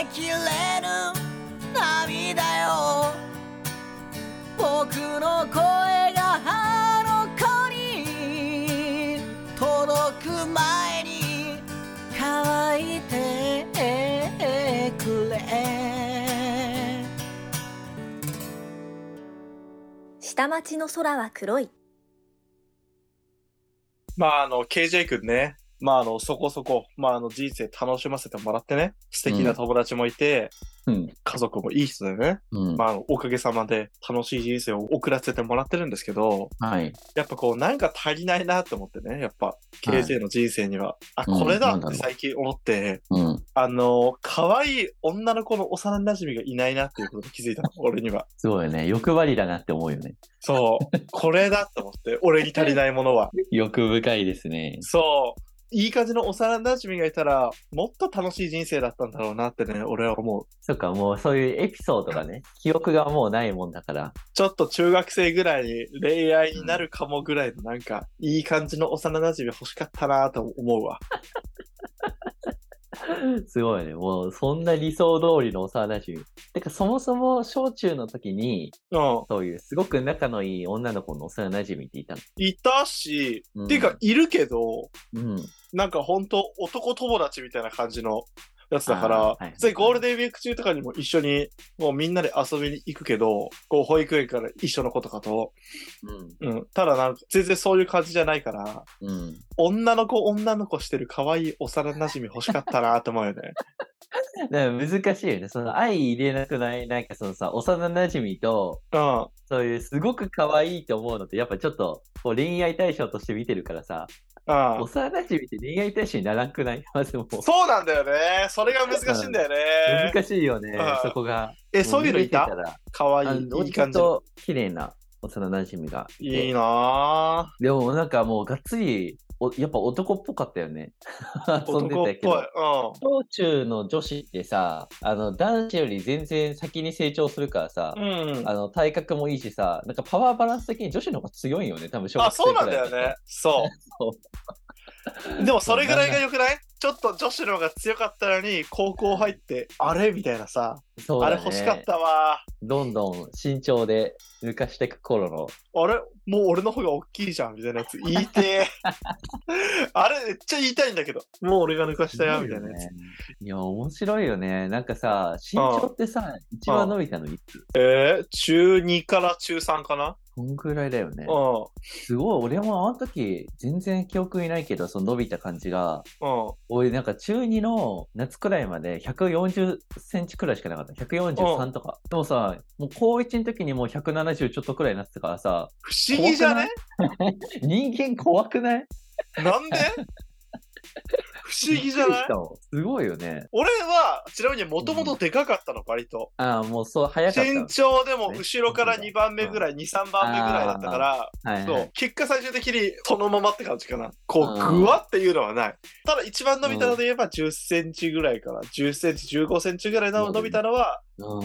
きれぬ涙よ、僕の声があの子に届く前に乾いてくれ。 下町の空は黒い。 KJ 君ね。そこそこ、人生楽しませてもらってね。素敵な友達もいて、家族もいい人でね。おかげさまで楽しい人生を送らせてもらってるんですけど、やっぱなんか足りないなって思ってね。やっぱ、KJ の人生には、これだって最近思って、可愛い女の子の幼馴染がいないなっていうことに気づいたの、俺には。 すごいよね。欲張りだなって思うよね。 そう。これだって思って、俺に足りないものは。 欲深いですね。 そう。いい感じの幼馴染がいたら、もっと楽しい人生だったんだろうなってね、俺は思う。 そっか、もうそういうエピソードがね、記憶がもうないもんだから。 ちょっと中学生ぐらいに恋愛になるかもぐらいのなんか、いい感じの幼馴染欲しかったなと思うわ。 すごいね。もう、そんな理想通りの幼馴染。てか、そもそも小中の時に、そういうすごく仲のいい女の子の幼馴染っていたの？ いたし、っていうか、いるけど、なんかほんと男友達みたいな感じのやつだから、ゴールデンウィーク中とかにも一緒に、もうみんなで遊びに行くけど、保育園から一緒の子とかと、ただなんか全然そういう感じじゃないから、女の子してる可愛い幼馴染欲しかったなと思うよね。 難しいよね。その相入れなくない？なんかそのさ、幼馴染と、そういうすごく可愛いと思うのって、やっぱちょっと恋愛対象として見てるからさ、幼馴染って恋愛対象にならんくない？まずもう。 そうなんだよね。それが難しいんだよね。 難しいよね、そこが。 そういうのいた？可愛いいい感じの。 綺麗な幼馴染がいいなぁ。 でもなんかもうがっつり、やっぱ男っぽかったよね。遊んでたけど。小中の女子ってさ、男子より全然先に成長するからさ、体格もいいしさ、なんかパワーバランス的に女子の方が強いよね、多分小学生くらい。 そうなんだよね。そう。でもそれぐらいが良くない？ちょっと女子の方が強かったのに、高校入って、あれみたいなさ。 そうだね、 あれ欲しかったわ。 どんどん身長で抜かしていく頃の。 あれもう俺の方が大きいじゃんみたいなやつ言いてあれめっちゃ言いたいんだけど、もう俺が抜かしたよみたいなやつ。 いや、面白いよね。なんかさ、身長ってさ、一番伸びたのいつ？ 中2から中3かな？ こんくらいだよね。すごい、俺もあの時、全然記憶にないけど、その伸びた感じが、俺なんか中2の夏くらいまで140センチくらいしかなかった。143とか。でもさ、もう高1の時にもう170ちょっとくらいになってたからさ。 不思議じゃね？ 人間怖くない？ なんで？不思議じゃない？ すごいよね。 俺は、ちなみにもともとでかかったの、割と。 もうそう、早かった。 身長でも後ろから2番目ぐらい、2、3番目ぐらいだったから、そう、結果最終的にそのままって感じかな。ぐわっていうのはない。ただ一番伸びたので言えば10センチぐらいから、10センチ、15センチぐらいの伸びたのは、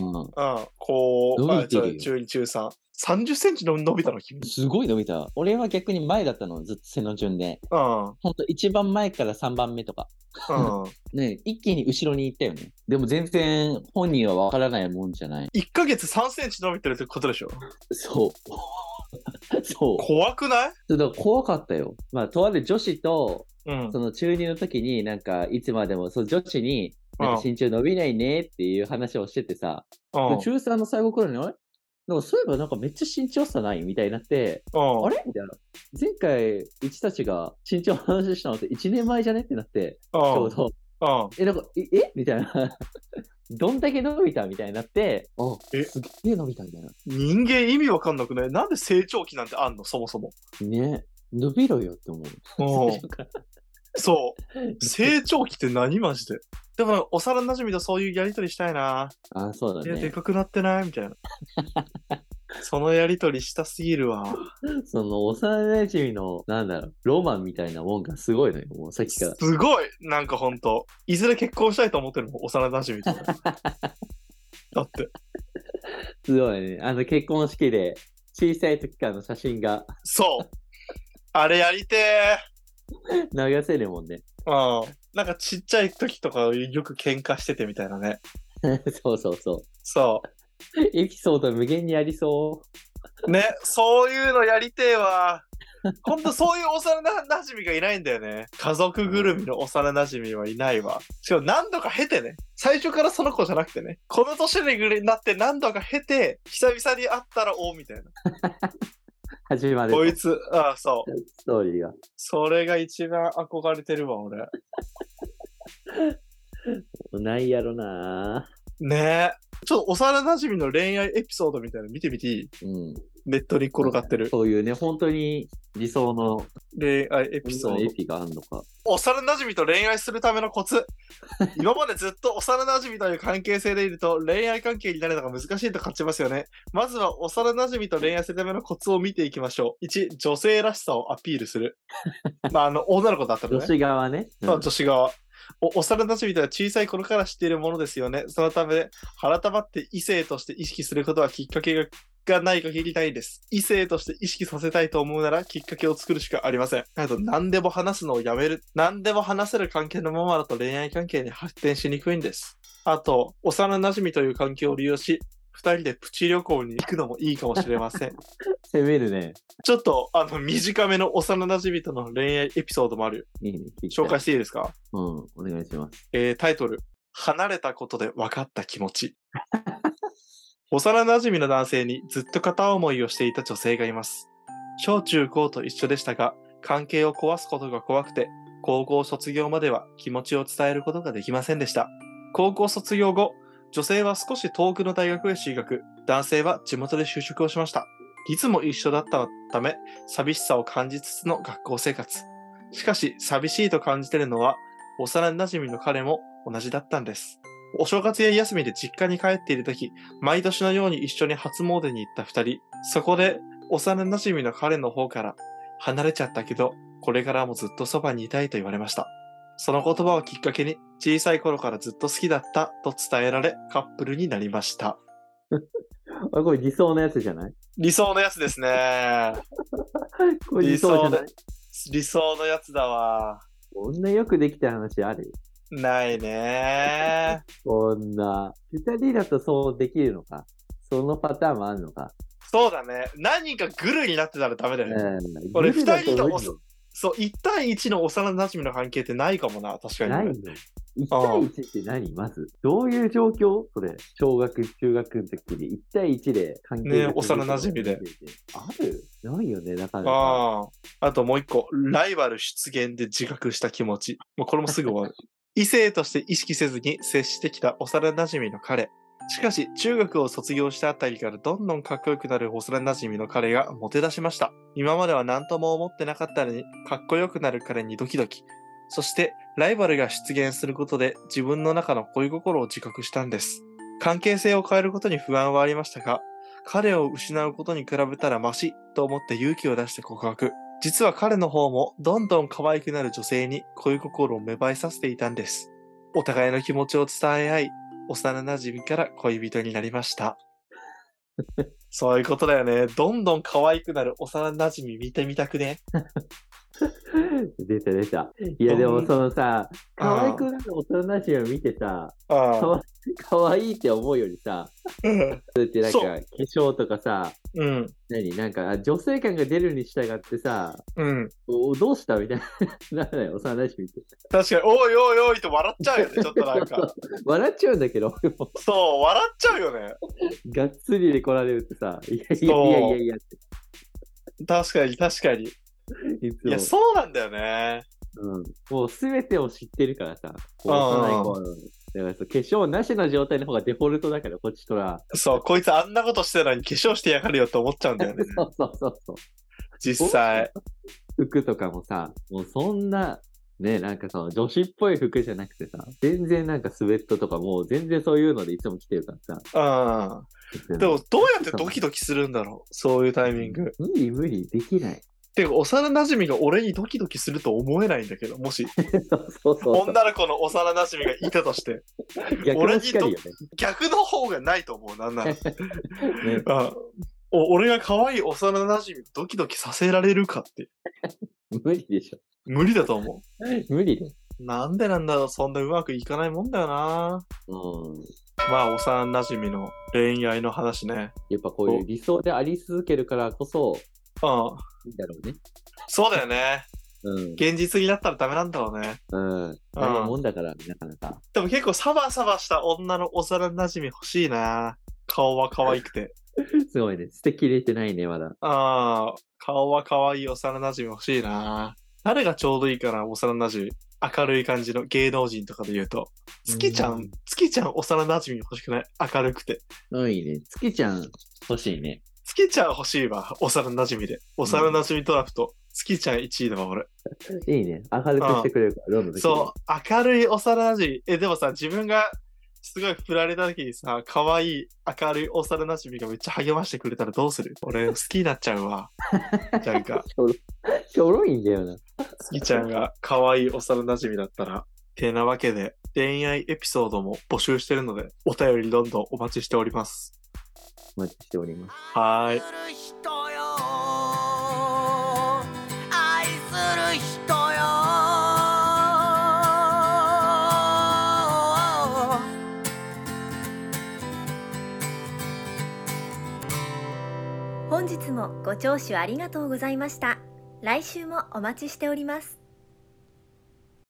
中2、中3。30センチの伸びたの君。 すごい伸びた。俺は逆に前だったの、ずっと背の順で。ほんと一番前から3番目とか。ね、一気に後ろに行ったよね。でも全然本人はわからないもんじゃない。 1ヶ月3センチ伸びてるってことでしょ？ そう。そう。 怖くない？ だから怖かったよ。とある女子と、その中2の時になんか、いつまでも、その女子に、なんか身長伸びないねっていう話をしててさ、中3の最後くらいに、あれなんかそういえばなんかめっちゃ身長差ないみたいになって、あれみたいな。前回、うちたちが身長の話したのって1年前じゃねってなって、ちょうど。なんか、みたいな。どんだけ伸びたみたいになって、すっげえ伸びたみたいな。 人間意味わかんなくない？なんで成長期なんてあんの？そもそも。 ね。伸びろよって思う。 そう。成長期って何マジで。でも、幼馴染とそういうやりとりしたいな。 そうだね。 でかくなってないみたいな。そのやりとりしたすぎるわ。 その幼馴染の、なんだろう、ロマンみたいなもんがすごいのよ、もうさっきから。 すごいなんかほんと。いずれ結婚したいと思ってるもん、幼馴染と。だって。 すごいね。結婚式で、小さい時からの写真が。 そう。あれやりてー。流せるもんね。 なんかちっちゃい時とかよく喧嘩しててみたいなね。 そうそうそそう。 エピソード無限にありそう。 ね、そういうのやりてえわ。ほんとそういう幼馴染がいないんだよね。家族ぐるみの幼馴染はいないわ。しかも何度か経てね。最初からその子じゃなくてね。この年になって何度か経て、久々に会ったらみたいな。 始まる。 こいつ、ああ、そう。 ストーリーが。 それが一番憧れてるわ、俺。 ないやろな。 ねえ。ちょっと幼馴染の恋愛エピソードみたいなの見てみていい？ うん。 ネットに転がってる。 そういうね、本当に理想の恋愛エピソード。 エピがあんのか。 幼馴染と恋愛するためのコツ。今までずっと幼馴染という関係性でいると恋愛関係になるのが難しいと感じますよね。まずは幼馴染と恋愛するためのコツを見ていきましょう。1、女性らしさをアピールする。女の子だったらね。 女子側ね。 女子側。幼馴染とは小さい頃から知っているものですよね。そのため、改まって異性として意識することはきっかけがない限りないです。異性として意識させたいと思うならきっかけを作るしかありません。あと、何でも話すのをやめる。何でも話せる関係のままだと恋愛関係に発展しにくいんです。あと、幼馴染という関係を利用し、二人でプチ旅行に行くのもいいかもしれません。 攻めるね。 ちょっと、短めの幼馴染との恋愛エピソードもある。 いいね。 紹介していいですか？ うん、お願いします。 タイトル、離れたことで分かった気持ち。幼馴染の男性にずっと片思いをしていた女性がいます。小中高と一緒でしたが、関係を壊すことが怖くて、高校卒業までは気持ちを伝えることができませんでした。高校卒業後、女性は少し遠くの大学へ進学、男性は地元で就職をしました。いつも一緒だったため、寂しさを感じつつの学校生活。しかし、寂しいと感じているのは、幼馴染の彼も同じだったんです。お正月や休みで実家に帰っているとき、毎年のように一緒に初詣に行った二人。そこで、幼馴染の彼の方から、離れちゃったけど、これからもずっとそばにいたいと言われました。その言葉をきっかけに、小さい頃からずっと好きだったと伝えられ、カップルになりました。 これ理想のやつじゃない？ 理想のやつですね。 これ理想じゃない？ 理想のやつだわ。 こんなよくできた話ある？ ないね。 こんな。二人だとそうできるのか？そのパターンもあるのか？ そうだね。何人かグルになってたらダメだよね。これ二人とそう、1対1の幼馴染の関係ってないかもな、確かに、ね。 ないの。1対1って何まず。どういう状況それ。小学、中学の時に1対1で関係ね、幼馴染で。 ある？ないよね、なかなか。 あともう一個。ライバル出現で自覚した気持ち。もうこれもすぐ終わる。異性として意識せずに接してきた幼馴染の彼。しかし、中学を卒業したあたりからどんどんかっこよくなる幼馴染の彼がモテ出しました。今までは何とも思ってなかったのに、かっこよくなる彼にドキドキ。そして、ライバルが出現することで自分の中の恋心を自覚したんです。関係性を変えることに不安はありましたが、彼を失うことに比べたらマシと思って勇気を出して告白。実は彼の方もどんどん可愛くなる女性に恋心を芽生えさせていたんです。お互いの気持ちを伝え合い、幼馴染から恋人になりました。そういうことだよね。どんどん可愛くなる幼馴染見てみたくね？ 出た出た。いやでもそのさ、可愛くなる幼馴染を見てさ、可愛いって思うよりさ、だってなんか化粧とかさ、なんか女性感が出るに従ってさ、どうしたみたいな、ならない幼馴染見て。 確かに、おいおいおいと笑っちゃうよね、ちょっとなんか。 笑っちゃうんだけど、 そう、笑っちゃうよね。 がっつりで来られるってさ、いやって。 確かに確かに。いや、そうなんだよね。 もうすべてを知ってるからさ、幼い子の。だから化粧なしの状態の方がデフォルトだから、こっちとら。 そう、こいつあんなことしてるのに化粧してやがるよって思っちゃうんだよね。 そう。 実際。 服とかもさ、もうそんな、ね、なんかその女子っぽい服じゃなくてさ、全然なんかスウェットとかもう全然そういうのでいつも着てるからさ。でもどうやってドキドキするんだろう、そういうタイミング。 無理、できない。 てか、幼馴染が俺にドキドキすると思えないんだけど、もし。女の子の幼馴染がいたとして。俺に逆の方がないと思う、なんなら。俺が可愛い幼馴染ドキドキさせられるかって。 無理でしょ。 無理だと思う。 無理で。 なんでなんだろう、そんなうまくいかないもんだよな。まあ、幼馴染の恋愛の話ね。 やっぱこういう理想であり続けるからこそ、いいんだろうね。 そうだよね。現実になったらダメなんだろうね。 ダメもんだから、なかなか。 でも結構サバサバした女の幼馴染欲しいな。顔は可愛くて。 すごいね。捨てきれてないね、まだ。 顔は可愛い幼馴染欲しいな。誰がちょうどいいかな、幼馴染。明るい感じの芸能人とかで言うと。月ちゃん幼馴染欲しくない？明るくて。 いいね。月ちゃん欲しいね。 月ちゃん欲しいわ、幼馴染で。幼馴染ドラフト。月ちゃん1位だわ、俺。 いいね。明るくしてくれるから、どんどんできる。 そう、明るい幼馴染。でもさ、自分がすごい振られた時にさ、可愛い明るい幼馴染がめっちゃ励ましてくれたらどうする？俺好きになっちゃうわ。なんか。 ちょろいんだよな。 月ちゃんが可愛い幼馴染だったら。てなわけで、恋愛エピソードも募集してるので、お便りどんどんお待ちしております。 お待ちしております。 はーい。 本日もご聴取ありがとうございました。来週もお待ちしております。